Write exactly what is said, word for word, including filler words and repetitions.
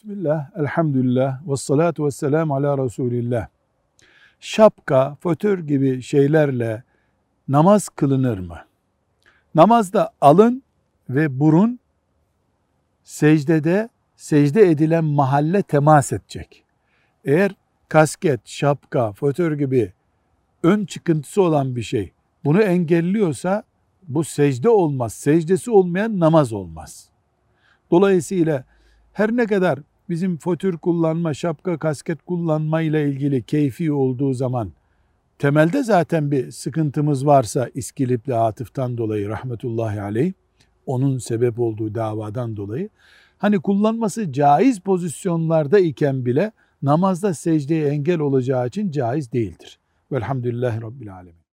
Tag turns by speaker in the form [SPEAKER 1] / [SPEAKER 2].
[SPEAKER 1] Bismillah, elhamdülillah, ve salatu ve selamu ala Resulillah. Şapka, fötür gibi şeylerle namaz kılınır mı? Namazda alın ve burun secdede, secde edilen mahalle temas edecek. Eğer kasket, şapka, fötür gibi ön çıkıntısı olan bir şey bunu engelliyorsa bu secde olmaz. Secdesi olmayan namaz olmaz. Dolayısıyla her ne kadar bizim fötür kullanma, şapka, kasket kullanma ile ilgili keyfi olduğu zaman temelde zaten bir sıkıntımız varsa İskilipli Atıf'tan dolayı rahmetullahi aleyh, onun sebep olduğu davadan dolayı, hani kullanması caiz pozisyonlarda iken bile namazda secdeye engel olacağı için caiz değildir. Velhamdülillahi Rabbil Alemin.